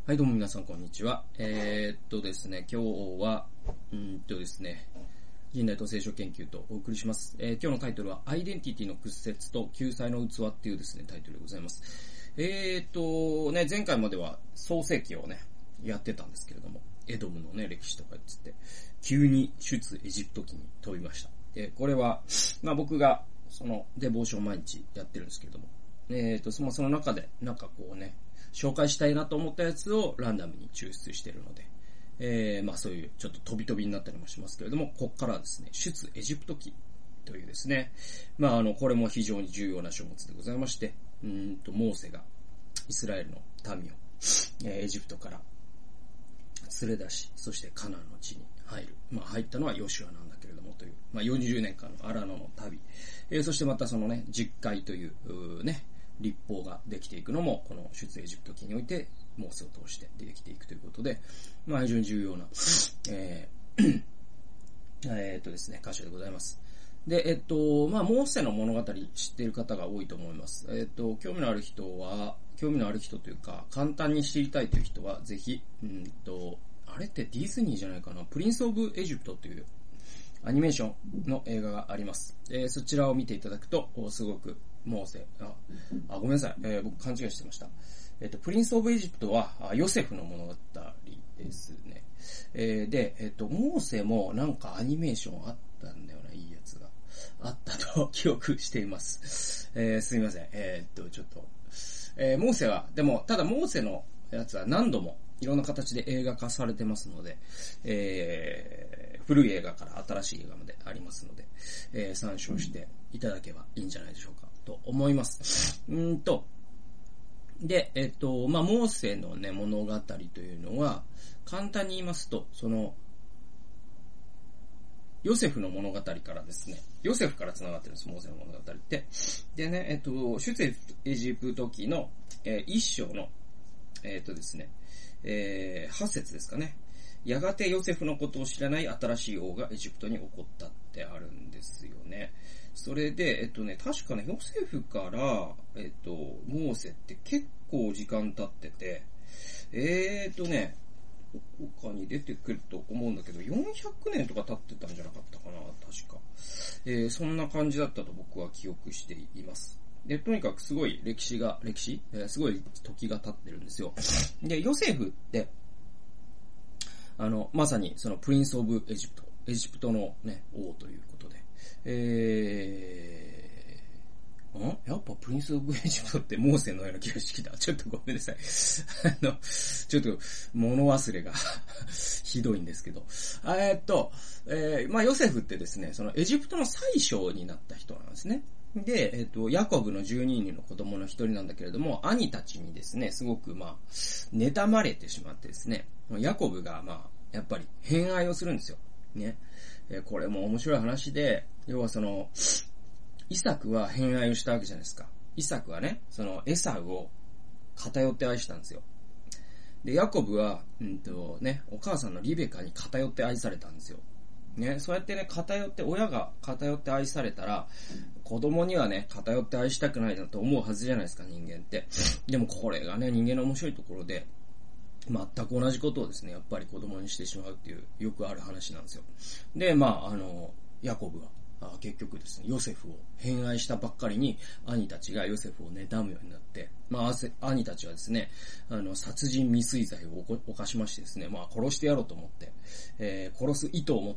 はい、どうも皆さんこんにちは。ですね、今日は、ですね、人類と聖書研究とお送りします。今日のタイトルは、アイデンティティの屈折と救済の器っていうですね、タイトルでございます。前回までは創世記をね、やってたんですけれども、エドムのね、歴史とか言ってて、急に出エジプト記に飛びました。これは、僕が、その、デボーション毎日やってるんですけれども、その中で、紹介したいなと思ったやつをランダムに抽出しているので、そういうちょっと飛び飛びになったりもしますけれども、ここからはですね、出エジプト記というですね、これも非常に重要な書物でございまして、モーセがイスラエルの民を、エジプトから連れ出し、そしてカナンの地に入る。入ったのはヨシュアなんだけれどもという、40年間のアラノの旅。そしてまたそのね、十戒というね、立法ができていくのも、この出エジプト記において、モーセを通して出てきていくということで、非常に重要な、ですね、箇所でございます。で、モーセの物語知っている方が多いと思います。興味のある人というか、簡単に知りたいという人は、ぜひ、あれってディズニーじゃないかな、プリンスオブエジプトというアニメーションの映画があります。そちらを見ていただくと、すごく、モーセ、ごめんなさい、僕勘違いしてました。プリンスオブエジプトは、ヨセフの物語ですね。で、モーセもなんかアニメーションあったんだよな、いいやつが。あったと記憶しています。すみません。ちょっと、モーセは、でも、ただモーセのやつは何度もいろんな形で映画化されてますので、古い映画から新しい映画までありますので、参照していただけばいいんじゃないでしょうか、と思います。で、モーセのね、物語というのは、簡単に言いますと、その、ヨセフの物語からですね、ヨセフから繋がってるんです、モーセの物語って。でね、出エジプト記の、一章の、ですね、8節ですかね。やがてヨセフのことを知らない新しい王がエジプトに起こったってあるんですよね。それで、確かね、ヨセフから、モーセって結構時間経ってて、どこかに出てくると思うんだけど、400年とか経ってたんじゃなかったかな、確か。そんな感じだったと僕は記憶しています。で、とにかくすごいすごい時が経ってるんですよ。で、ヨセフって、まさにそのプリンスオブエジプトのね、王ということで、やっぱプリンスオブエジプトってモーセのような気がしてきた。ちょっとごめんなさい。ちょっと物忘れがひどいんですけど。ヨセフってですね、そのエジプトの宰相になった人なんですね。で、ヤコブの12人の子供の一人なんだけれども、兄たちにですね、すごく妬まれてしまってですね、ヤコブがやっぱり偏愛をするんですよ。ね。これも面白い話で、要はその、イサクは偏愛をしたわけじゃないですか。イサクはね、そのエサウを偏って愛したんですよ。で、ヤコブは、お母さんのリベカに偏って愛されたんですよ。ね、そうやってね、親が偏って愛されたら、子供にはね、偏って愛したくないなと思うはずじゃないですか、人間って。でもこれがね、人間の面白いところで、全く同じことをですね、やっぱり子供にしてしまうっていう、よくある話なんですよ。で、ヤコブは、結局ですね、ヨセフを偏愛したばっかりに、兄たちがヨセフを妬むようになって、兄たちはですね、殺人未遂罪を犯しましてですね、殺してやろうと思って、殺す意図を持って、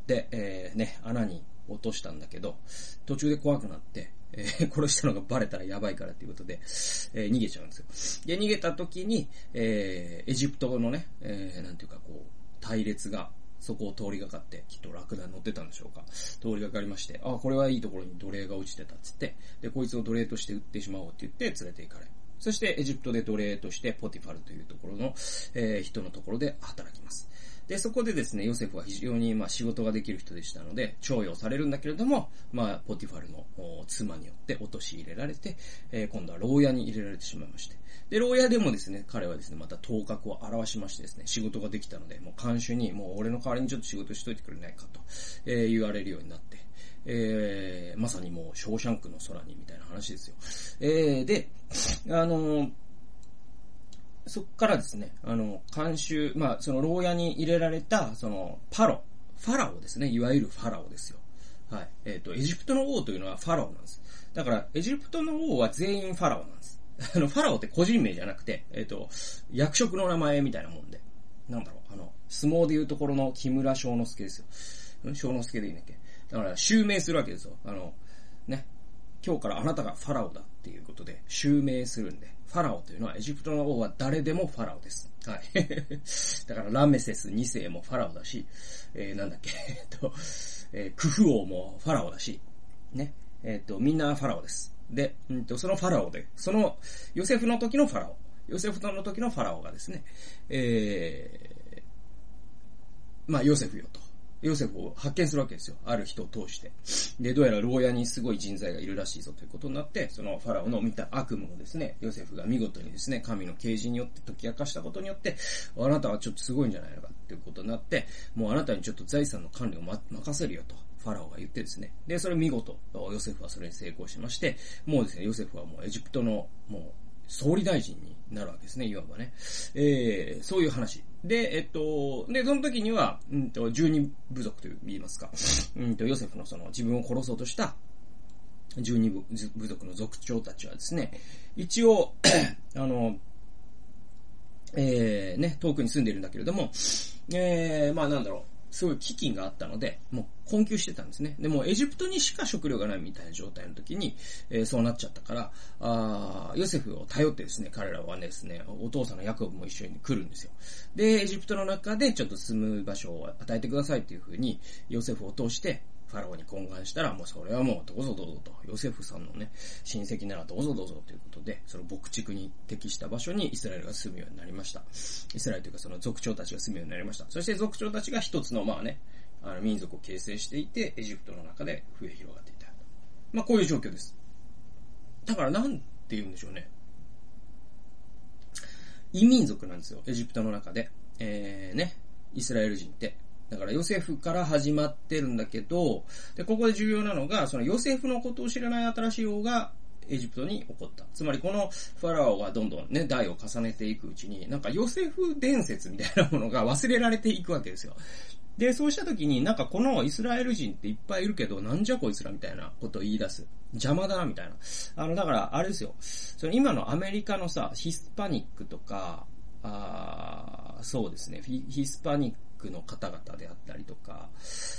穴に落としたんだけど、途中で怖くなって、殺したのがバレたらやばいからっていうことで、逃げちゃうんですよ。で、逃げた時に、エジプトのね、隊列が、そこを通りがかって、きっとラクダに乗ってたんでしょうか。通りがかりまして、これはいいところに奴隷が落ちてたっつって、で、こいつを奴隷として売ってしまおうって言って連れて行かれ。そしてエジプトで奴隷としてポティファルというところの、人のところで働きます。で、そこでですね、ヨセフは非常に仕事ができる人でしたので、重用されるんだけれども、ポティファルの妻によって陥れられて、今度は牢屋に入れられてしまいまして。で、牢屋でもですね、彼はですね、また頭角を現しましてですね、仕事ができたので、もう看守に、もう俺の代わりにちょっと仕事しといてくれないかと、言われるようになって、まさにもう、ショーシャンクの空にみたいな話ですよ。で、 そっからですね、監修、その牢屋に入れられた、その、ファラオですね。いわゆるファラオですよ。はい。エジプトの王というのはファラオなんです。だから、エジプトの王は全員ファラオなんです。ファラオって個人名じゃなくて、役職の名前みたいなもんで。なんだろう、相撲でいうところの木村庄之助ですよ。庄之助でいいんだっけ。だから、襲名するわけですよ。ね。今日からあなたがファラオだっていうことで、襲名するんで。ファラオというのは、エジプトの王は誰でもファラオです。はい。だから、ラメセス2世もファラオだし、なんだっけ、クフ王もファラオだし、ね。みんなファラオです。で、そのファラオで、その、ヨセフの時のファラオ。ヨセフの時のファラオがですね、ヨセフよと。ヨセフを発見するわけですよ。ある人を通して。で、どうやら牢屋にすごい人材がいるらしいぞということになって、そのファラオの見た悪夢をですね、ヨセフが見事にですね、神の啓示によって解き明かしたことによって、あなたはちょっとすごいんじゃないのかっていうことになって、もうあなたにちょっと財産の管理を任せるよと。ファラオが言ってですね。で、それ見事、ヨセフはそれに成功しまして、もうですね、ヨセフはもうエジプトの、もう、総理大臣になるわけですね、いわばね。そういう話。で、で、その時には、12部族と言いますか、ヨセフのその自分を殺そうとした12部族の族長たちはですね、一応、遠くに住んでいるんだけれども、なんだろう、すごい飢饉があったので、もう困窮してたんですね。でもエジプトにしか食料がないみたいな状態の時に、そうなっちゃったから、ヨセフを頼ってですね、彼らはですね、お父さんのヤコブも一緒に来るんですよ。で、エジプトの中でちょっと住む場所を与えてくださいっていう風に、ヨセフを通して、ファラオに懇願したら、もうそれはもうどうぞどうぞと、ヨセフさんのね、親戚ならどうぞどうぞということで、その牧畜に適した場所にイスラエルが住むようになりました。イスラエルというかその族長たちが住むようになりました。そして族長たちが一つの民族を形成していて、エジプトの中で増え広がっていた。こういう状況です。だからなんて言うんでしょうね。異民族なんですよ、エジプトの中で。イスラエル人って。だからヨセフから始まってるんだけど、で、ここで重要なのが、そのヨセフのことを知らない新しい王がエジプトに起こった。つまりこのファラオがどんどんね、代を重ねていくうちに、なんかヨセフ伝説みたいなものが忘れられていくわけですよ。で、そうした時になんかこのイスラエル人っていっぱいいるけど、なんじゃこいつらみたいなことを言い出す。邪魔だなみたいな。だからあれですよ。その今のアメリカのさ、ヒスパニックとか、そうですね、ヒスパニックの方々であったりとか、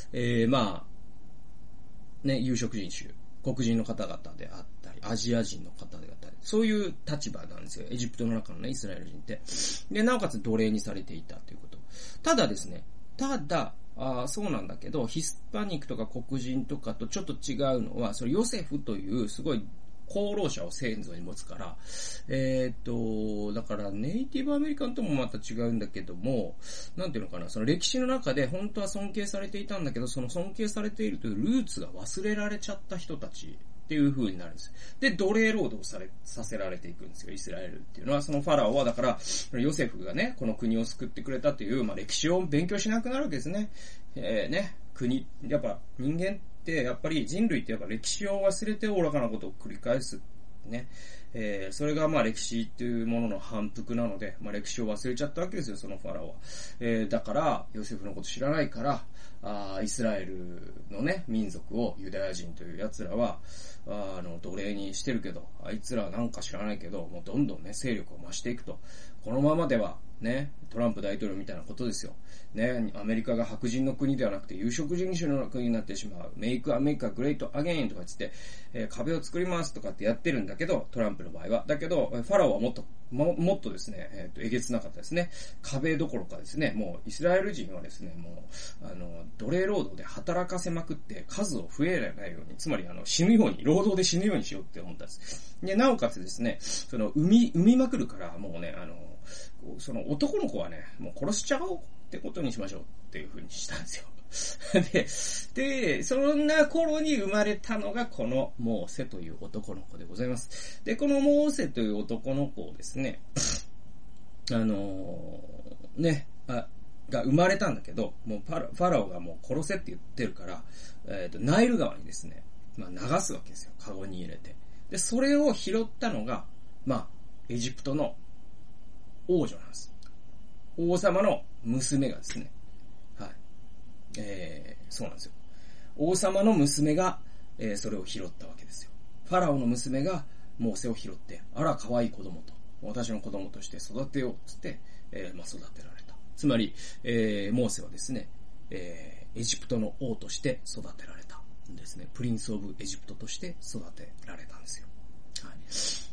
有色人種、黒人の方々であったり、アジア人の方であったり、そういう立場なんですよ。エジプトの中のね、イスラエル人って。で、なおかつ奴隷にされていたということ。ただですね、そうなんだけど、ヒスパニックとか黒人とかとちょっと違うのは、それヨセフというすごい功労者を先祖に持つから、だからネイティブアメリカンともまた違うんだけども、なんていうのかな、その歴史の中で本当は尊敬されていたんだけど、その尊敬されているというルーツが忘れられちゃった人たちっていう風になるんです。で、奴隷労働させられていくんですよ、イスラエルっていうのは。そのファラオは、だから、ヨセフがね、この国を救ってくれたという、歴史を勉強しなくなるわけですね。やっぱ人間って、やっぱり人類ってやっぱ歴史を忘れて愚かなことを繰り返す。ね。それが歴史っていうものの反復なので、歴史を忘れちゃったわけですよ、そのファラオは。だから、ヨセフのこと知らないから、イスラエルのね、民族をユダヤ人という奴らは、奴隷にしてるけど、あいつらなんか知らないけど、もうどんどんね、勢力を増していくと。このままでは、ね、トランプ大統領みたいなことですよ。ね、アメリカが白人の国ではなくて有色人種の国になってしまう。メイクアメリカグレートアゲインとか言って、壁を作りますとかってやってるんだけど、トランプの場合は。だけど、ファラオはもっとですね、えげつなかったですね。壁どころかですね、もうイスラエル人はですね、もう、奴隷労働で働かせまくって数を増えないように、つまり死ぬように、労働で死ぬようにしようって思ったんです。で、なおかつですね、産みまくるから、もうね、その男の子はね、もう殺しちゃおうってことにしましょうっていう風にしたんですよ。で、そんな頃に生まれたのがこのモーセという男の子でございます。で、このモーセという男の子をですね、が生まれたんだけど、もうファラオがもう殺せって言ってるから、ナイル川にですね、流すわけですよ。カゴに入れて。で、それを拾ったのが、エジプトの王女なんです。王様の娘がですね、はい。そうなんですよ。王様の娘が、それを拾ったわけですよ。ファラオの娘がモーセを拾って、あら、可愛い子供と、私の子供として育てようつって、育てられた。つまり、モーセはですね、エジプトの王として育てられたんですね。プリンス・オブ・エジプトとして育てられたんですよ。はい。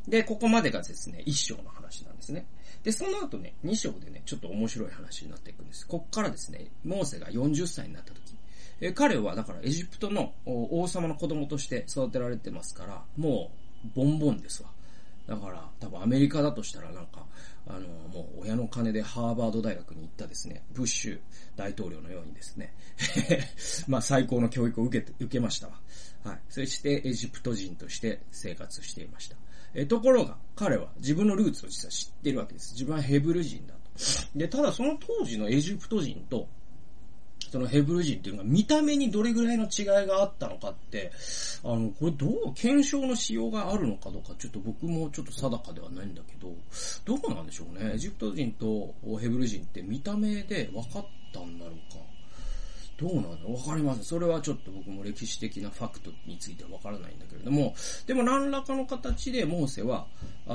で、ここまでがですね、1章の話なんですね。で、その後ね、2章でね、ちょっと面白い話になっていくんです。こっからですね、モーセが40歳になった時、彼はだからエジプトの王様の子供として育てられてますから、もう、ボンボンですわ。だから、多分アメリカだとしたらなんか、もう親の金でハーバード大学に行ったですね、ブッシュ大統領のようにですね、まあ最高の教育を受けましたわ。はい。そしてエジプト人として生活していました。ところが、彼は自分のルーツを実は知ってるわけです。自分はヘブル人だと。で、ただその当時のエジプト人と、そのヘブル人っていうのが見た目にどれぐらいの違いがあったのかって、これ検証のしようがあるのかどうか、ちょっと僕もちょっと定かではないんだけど、どうなんでしょうね。エジプト人とヘブル人って見た目で分かったんだろうか。どうなんだろう、分かりません。それはちょっと僕も歴史的なファクトについては分からないんだけれども、でも何らかの形でモーセは、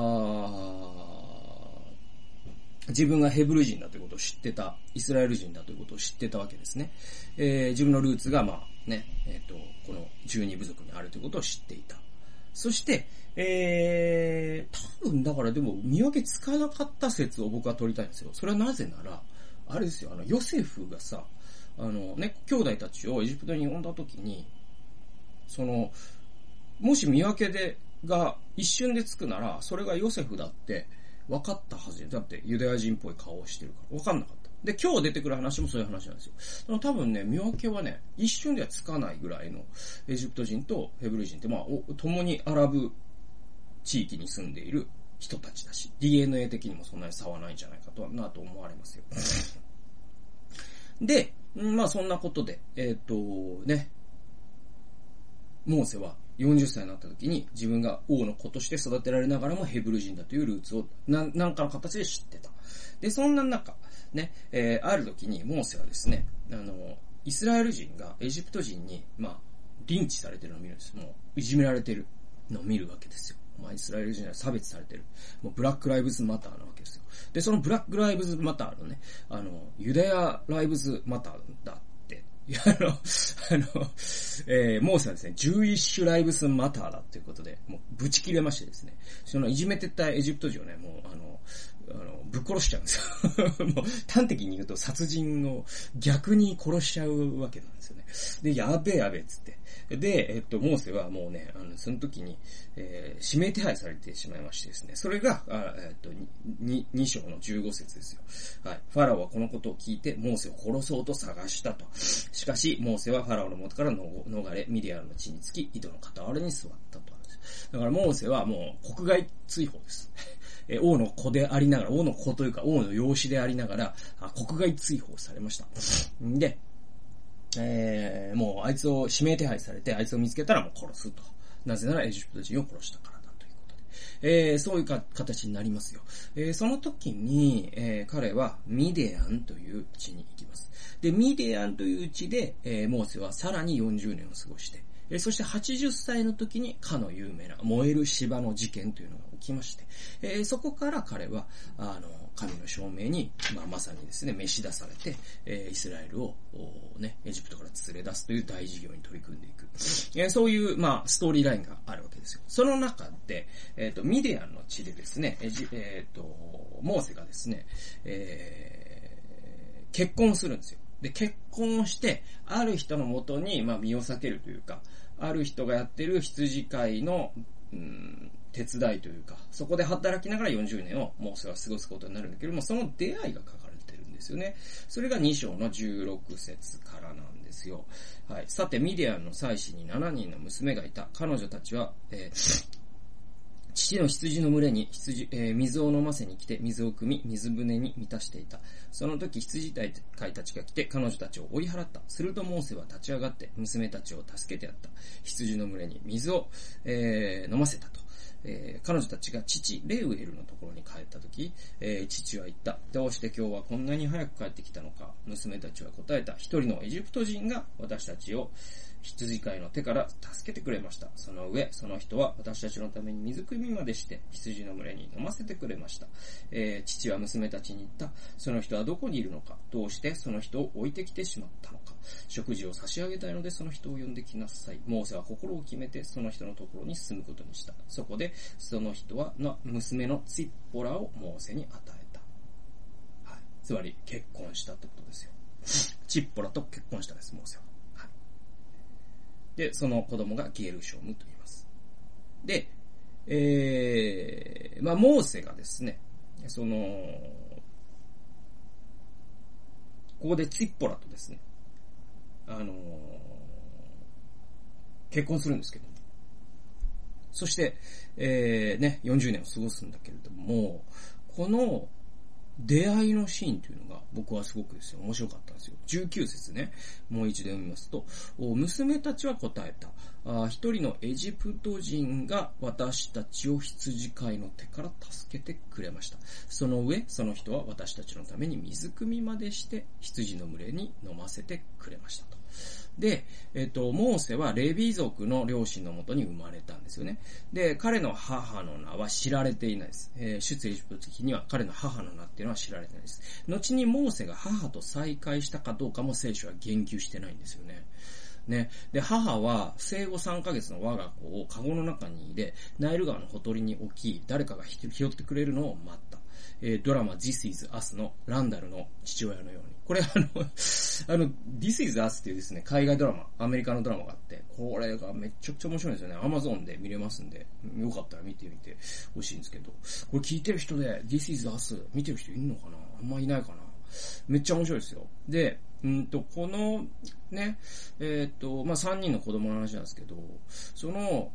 自分がヘブル人だということを知ってた、イスラエル人だということを知ってたわけですね。自分のルーツが、まあね、この12部族にあるということを知っていた。そして、多分だからでも見分けつかなかった説を僕は取りたいんですよ。それはなぜなら、あれですよ、ヨセフがさ、ね、兄弟たちをエジプトに呼んだときに、もし見分けが一瞬でつくなら、それがヨセフだって、分かったはずだってユダヤ人っぽい顔をしてるから分かんなかった。で、今日出てくる話もそういう話なんですよ。多分ね、見分けはね、一瞬ではつかないぐらいのエジプト人とヘブル人って、まあ、共にアラブ地域に住んでいる人たちだし、DNA 的にもそんなに差はないんじゃないかと思われますよ。で、まあそんなことで、ね、モーセは40歳になった時に自分が王の子として育てられながらもヘブル人だというルーツを何かの形で知ってた。で、そんな中、ね、ある時にモーセはですね、イスラエル人がエジプト人に、まあ、リンチされてるのを見るんです。もう、いじめられてるのを見るわけですよ。まあ、イスラエル人は差別されてる。もう、ブラックライブズマターなわけですよ。で、そのブラックライブズマターのね、ユダヤライブズマターだ。モーセはですね、11種ライブスマターだということで、もう、ぶち切れましてですね、そのいじめてたエジプト人をね、もう、ぶっ殺しちゃうんですよ。もう、端的に言うと、殺人を逆に殺しちゃうわけなんですよね。で、やべえ、つって。で、モーセはもうね、その時に、指名手配されてしまいましてですね、それが、2章の15節ですよ。はい。ファラオはこのことを聞いて、モーセを殺そうと探したと。しかし、モーセはファラオの元から逃れ、ミディアンの地につき、井戸の傍らに座ったと。だから、モーセはもう、国外追放です。王の子でありながら、王の子というか、王の養子でありながら、国外追放されました。で、もうあいつを指名手配されて、あいつを見つけたらもう殺すと。なぜならエジプト人を殺したからだということで。そういう形になりますよ。その時に、彼はミディアンという地に行きます。で、ミディアンという地で、モーセはさらに40年を過ごして、そして80歳の時にかの有名な燃える芝の事件というのが起きまして、そこから彼は、神の証明に、まさにですね、召し出されて、イスラエルを、ね、エジプトから連れ出すという大事業に取り組んでいく。そういう、ストーリーラインがあるわけですよ。その中で、ミディアンの地でですね、モーセがですね、結婚するんですよ。で、結婚して、ある人のもとに、身を避けるというか、ある人がやってる羊飼いの、手伝いというか、そこで働きながら40年をモーセは過ごすことになるんだけども、その出会いが書かれてるんですよね。それが2章の16節からなんですよ。はい。さて、ミディアンの妻子に7人の娘がいた。彼女たちは、父の羊の群れに水を飲ませに来て水を汲み水舟に満たしていた。その時羊飼いたちが来て彼女たちを追い払った。するとモーセは立ち上がって娘たちを助けてやった。羊の群れに水を、飲ませたと。 彼女たちが父レウエルのところに帰った時、父は言った。どうして今日はこんなに早く帰ってきたのか。娘たちは答えた。一人のエジプト人が私たちを羊飼いの手から助けてくれました。その上、その人は私たちのために水汲みまでして羊の群れに飲ませてくれました。父は娘たちに言った。その人はどこにいるのか。どうしてその人を置いてきてしまったのか。食事を差し上げたいのでその人を呼んできなさい。モーセは心を決めてその人のところに進むことにした。そこでその人は娘のツィッポラをモーセに与えた。はい、つまり結婚したってことですよ。チッポラと結婚したんです、モーセは。はい、で、その子供がゲルショムと言います。で、モーセがですね、ここでツィッポラとですね、結婚するんですけど、そして、40年を過ごすんだけれども、この出会いのシーンというのが僕はすごくですよ、面白かったんですよ。19節ね、もう一度読みますと、娘たちは答えた。一人のエジプト人が私たちを羊飼いの手から助けてくれました。その上、その人は私たちのために水汲みまでして羊の群れに飲ませてくれましたと。で、モーセはレビ族の両親のもとに生まれたんですよね。で、彼の母の名は知られていないです。出エジプト的には彼の母の名っていうのは知られていないです。後にモーセが母と再会したかどうかも聖書は言及してないんですよね。で、母は生後3ヶ月の我が子をカゴの中に入れ、ナイル川のほとりに置き、誰かが拾ってくれるのを待った。ドラマ This is Us のランダルの父親のように。これThis is Us っていうですね、海外ドラマ、アメリカのドラマがあって、これがめちゃくちゃ面白いんですよね。Amazon で見れますんで、よかったら見てみてほしいんですけど、これ聞いてる人で This is Us 見てる人いるのかな？あんまいないかな？めっちゃ面白いですよ。で、このね、3人の子供の話なんですけど、その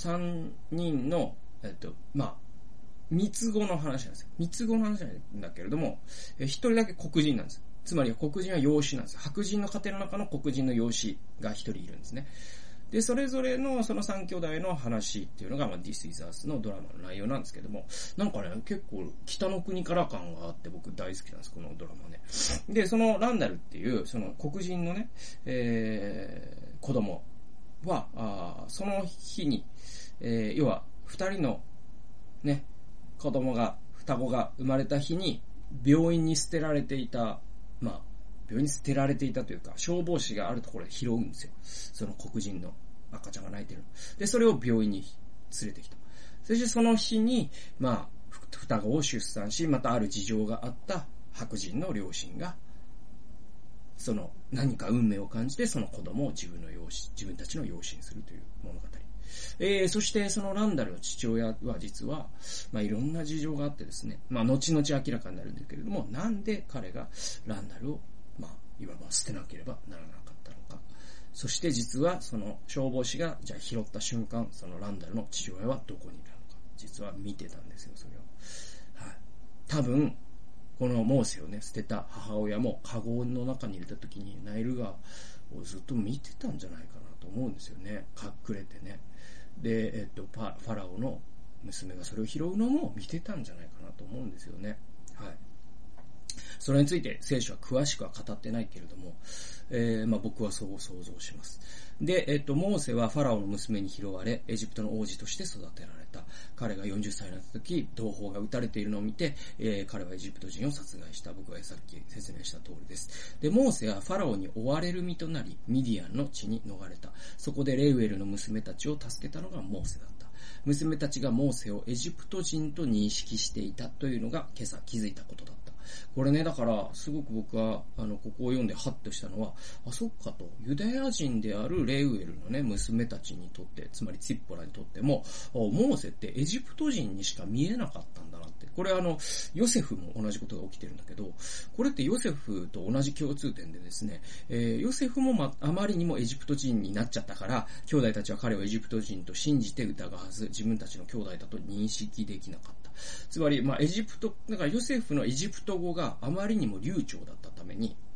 3人の、三つ子の話なんですよ。三つ子の話なんだけれども、一人だけ黒人なんです。つまり黒人は養子なんです。白人の家庭の中の黒人の養子が一人いるんですね。で、それぞれのその3兄弟の話っていうのが、This is Us のドラマの内容なんですけども、なんかね、結構北の国から感があって僕大好きなんです、このドラマね。で、そのランダルっていう、その黒人のね、子供は、その日に、要は2人のね、双子が生まれた日に病院に捨てられていた、病院に捨てられていたというか、消防士があるところで拾うんですよ。その黒人の赤ちゃんが泣いてる。で、それを病院に連れてきた。そしてその日に、双子を出産し、またある事情があった白人の両親が、その何か運命を感じて、その子供を自分たちの養子にするという物語。そしてそのランダルの父親は実は、いろんな事情があってですね、後々明らかになるんだけれども、なんで彼がランダルを、いわば捨てなければならなかったのか。そして実はその消防士が、じゃあ拾った瞬間、そのランダルの父親はどこにいるのか。実は見てたんですよ、それを。はい。多分、このモーセをね、捨てた母親もカゴの中に入れた時にナイル川をずっと見てたんじゃないかなと思うんですよね。隠れてね。で、ファラオの娘がそれを拾うのも見てたんじゃないかなと思うんですよね。はい。それについて聖書は詳しくは語ってないけれども、僕はそう想像します。で、モーセはファラオの娘に拾われ、エジプトの王子として育てられた。彼が40歳になった時、同胞が撃たれているのを見て、彼はエジプト人を殺害した。僕がさっき説明した通りです。で、モーセはファラオに追われる身となり、ミディアンの地に逃れた。そこでレウエルの娘たちを助けたのがモーセだった。娘たちがモーセをエジプト人と認識していたというのが今朝気づいたことだった。これね、だから、すごく僕は、ここを読んでハッとしたのは、そっかと、ユダヤ人であるレウエルのね、娘たちにとって、つまりツィッポラにとっても、モーセってエジプト人にしか見えなかったんだなって。これヨセフも同じことが起きてるんだけど、これってヨセフと同じ共通点でですね、ヨセフもあまりにもエジプト人になっちゃったから、兄弟たちは彼をエジプト人と信じて疑わず、自分たちの兄弟だと認識できなかった。つまり、だからヨセフのエジプト語があまりにも流暢だったために、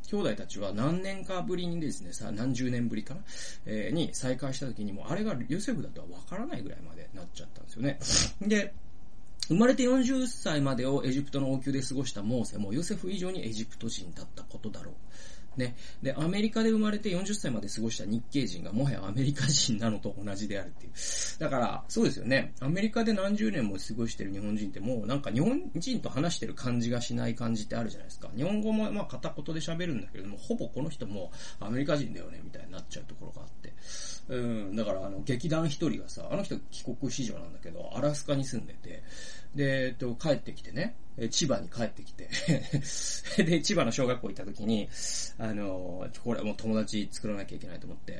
兄弟たちは何年かぶりにですね、何十年ぶりかな、に再会した時にも、あれがヨセフだとはわからないぐらいまでなっちゃったんですよね。で、生まれて40歳までをエジプトの王宮で過ごしたモーセもヨセフ以上にエジプト人だったことだろう。ね。で、アメリカで生まれて40歳まで過ごした日系人がもはやアメリカ人なのと同じであるっていう。だから、そうですよね。アメリカで何十年も過ごしてる日本人ってもうなんか日本人と話してる感じがしない感じってあるじゃないですか。日本語もまあ片言で喋るんだけれども、ほぼこの人もアメリカ人だよねみたいになっちゃうところがあって。だから劇団一人がさ、あの人帰国子女なんだけど、アラスカに住んでて、で、帰ってきてね、千葉に帰ってきてで、千葉の小学校行った時に、これはもう友達作らなきゃいけないと思って、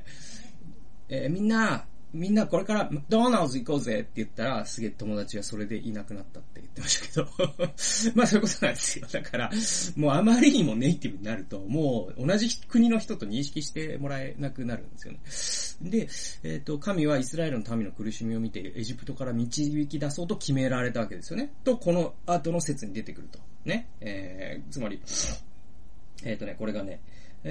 みんなこれからマクドナルド行こうぜって言ったら、すげえ友達がそれでいなくなったって言ってましたけどまあそういうことなんですよ。だから、もうあまりにもネイティブになると、もう同じ国の人と認識してもらえなくなるんですよね。で、神はイスラエルの民の苦しみを見て、エジプトから導き出そうと決められたわけですよね。と、この後の説に出てくると。ね。つまり、これがね、こ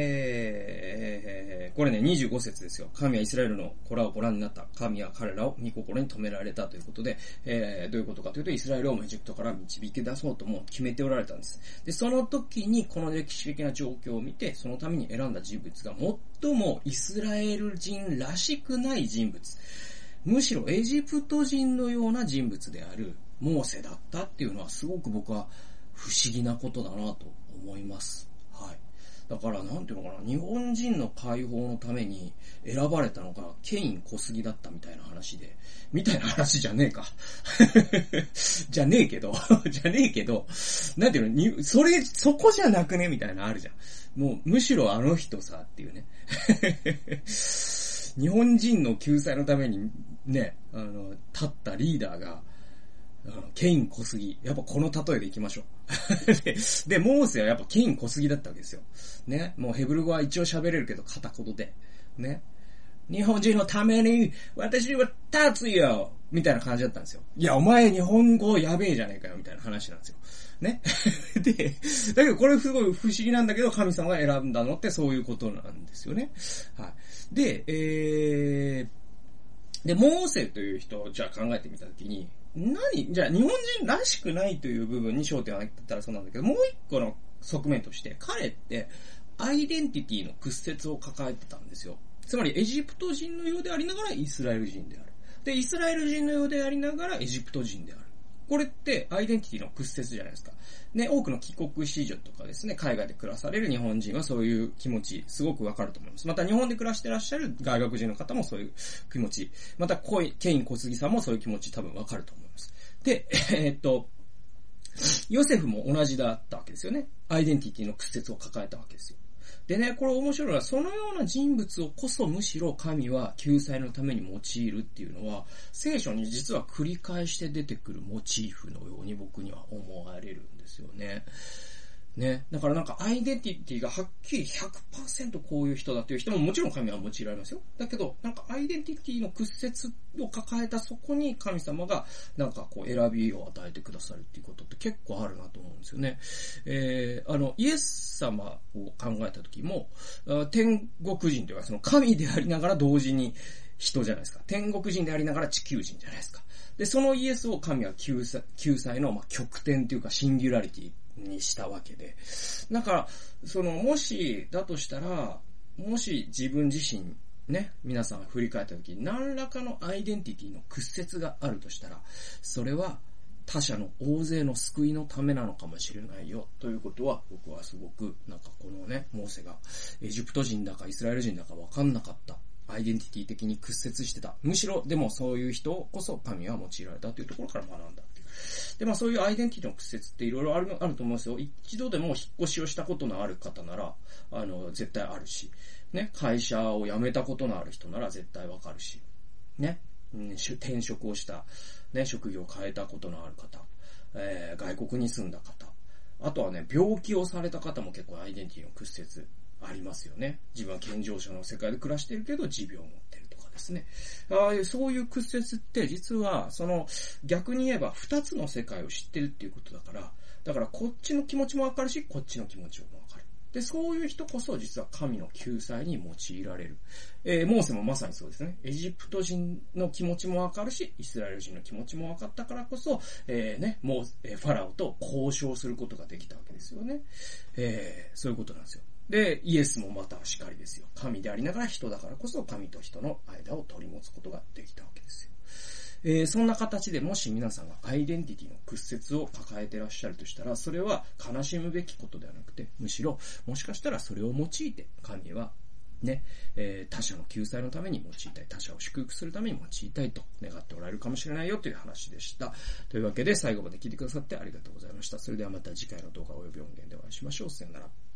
れね、25節ですよ。神はイスラエルの子らをご覧になった。神は彼らを御心に止められたということで、どういうことかというと、イスラエルをエジプトから導き出そうとも決めておられたんです。で、その時にこの歴史的な状況を見て、そのために選んだ人物が最もイスラエル人らしくない人物。むしろエジプト人のような人物であるモーセだったっていうのはすごく僕は不思議なことだなと思います。はい。だから、なんていうのかな、日本人の解放のために選ばれたのがケイン小杉だったみたいな話で、みたいな話じゃねえか。じゃねえけど、なんていうの、そこじゃなくねみたいなのあるじゃん。もう、むしろあの人さっていうね。日本人の救済のためにね、立ったリーダーが、ケイン小杉。やっぱこの例えでいきましょう。で、モーセはやっぱケイン小杉だったわけですよ。ね。もうヘブル語は一応喋れるけど片言で。ね。日本人のために私は立つよみたいな感じだったんですよ。いや、お前日本語やべえじゃねえかよみたいな話なんですよ。ね。で、だけどこれすごい不思議なんだけど神様が選んだのってそういうことなんですよね。はい。で、モーセという人をじゃあ考えてみたときに、じゃあ日本人らしくないという部分に焦点を当てたらそうなんだけど、もう一個の側面として、彼ってアイデンティティの屈折を抱えてたんですよ。つまりエジプト人のようでありながらイスラエル人である。で、イスラエル人のようでありながらエジプト人である。これってアイデンティティの屈折じゃないですか。ね、多くの帰国子女とかですね、海外で暮らされる日本人はそういう気持ち、すごくわかると思います。また日本で暮らしてらっしゃる外国人の方もそういう気持ち、またケイン小杉さんもそういう気持ち多分わかると思います。で、ヨセフも同じだったわけですよね。アイデンティティの屈折を抱えたわけですよ。でね、これ面白いのは、そのような人物をこそむしろ神は救済のために用いるっていうのは、聖書に実は繰り返して出てくるモチーフのように僕には思われるんですよね。ね。だからなんかアイデンティティがはっきり 100% こういう人だという人ももちろん神は用いられますよ。だけど、なんかアイデンティティの屈折を抱えたそこに神様がなんかこう選びを与えてくださるっていうことって結構あるなと思うんですよね。イエス様を考えた時も、天国人というかその神でありながら同時に人じゃないですか。天国人でありながら地球人じゃないですか。で、そのイエスを神は救済の極点というかシンギュラリティにしたわけで。だから、もし、だとしたら、もし自分自身、ね、皆さんが振り返ったときに、何らかのアイデンティティの屈折があるとしたら、それは他者の大勢の救いのためなのかもしれないよ、ということは、僕はすごく、なんかこのね、モーセが、エジプト人だかイスラエル人だか分かんなかった。アイデンティティ的に屈折してた。むしろ、でもそういう人こそ神は用いられたというところから学んだ。で、そういうアイデンティティの屈折っていろいろあると思いますよ。一度でも引っ越しをしたことのある方なら、絶対あるし、ね、会社を辞めたことのある人なら絶対わかるし、ね、転職をした、ね、職業を変えたことのある方、外国に住んだ方、あとはね、病気をされた方も結構アイデンティティの屈折ありますよね。自分は健常者の世界で暮らしてるけど、持病を持ってるとかですね。そういう屈折って実は、逆に言えば二つの世界を知ってるっていうことだからこっちの気持ちもわかるし、こっちの気持ちもわかる。 で、そういう人こそ実は神の救済に用いられる。モーセもまさにそうですね。エジプト人の気持ちもわかるし、イスラエル人の気持ちもわかったからこそ、ファラオと交渉することができたわけですよね。そういうことなんですよ。で、イエスもまたしかりですよ。神でありながら人だからこそ神と人の間を取り持つことができたわけですよ。そんな形でもし皆さんがアイデンティティの屈折を抱えていらっしゃるとしたら、それは悲しむべきことではなくて、むしろ、もしかしたらそれを用いて、神は、ね、他者の救済のために用いたい、他者を祝福するために用いたいと願っておられるかもしれないよという話でした。というわけで、最後まで聞いてくださってありがとうございました。それではまた次回の動画及び音源でお会いしましょう。さよなら。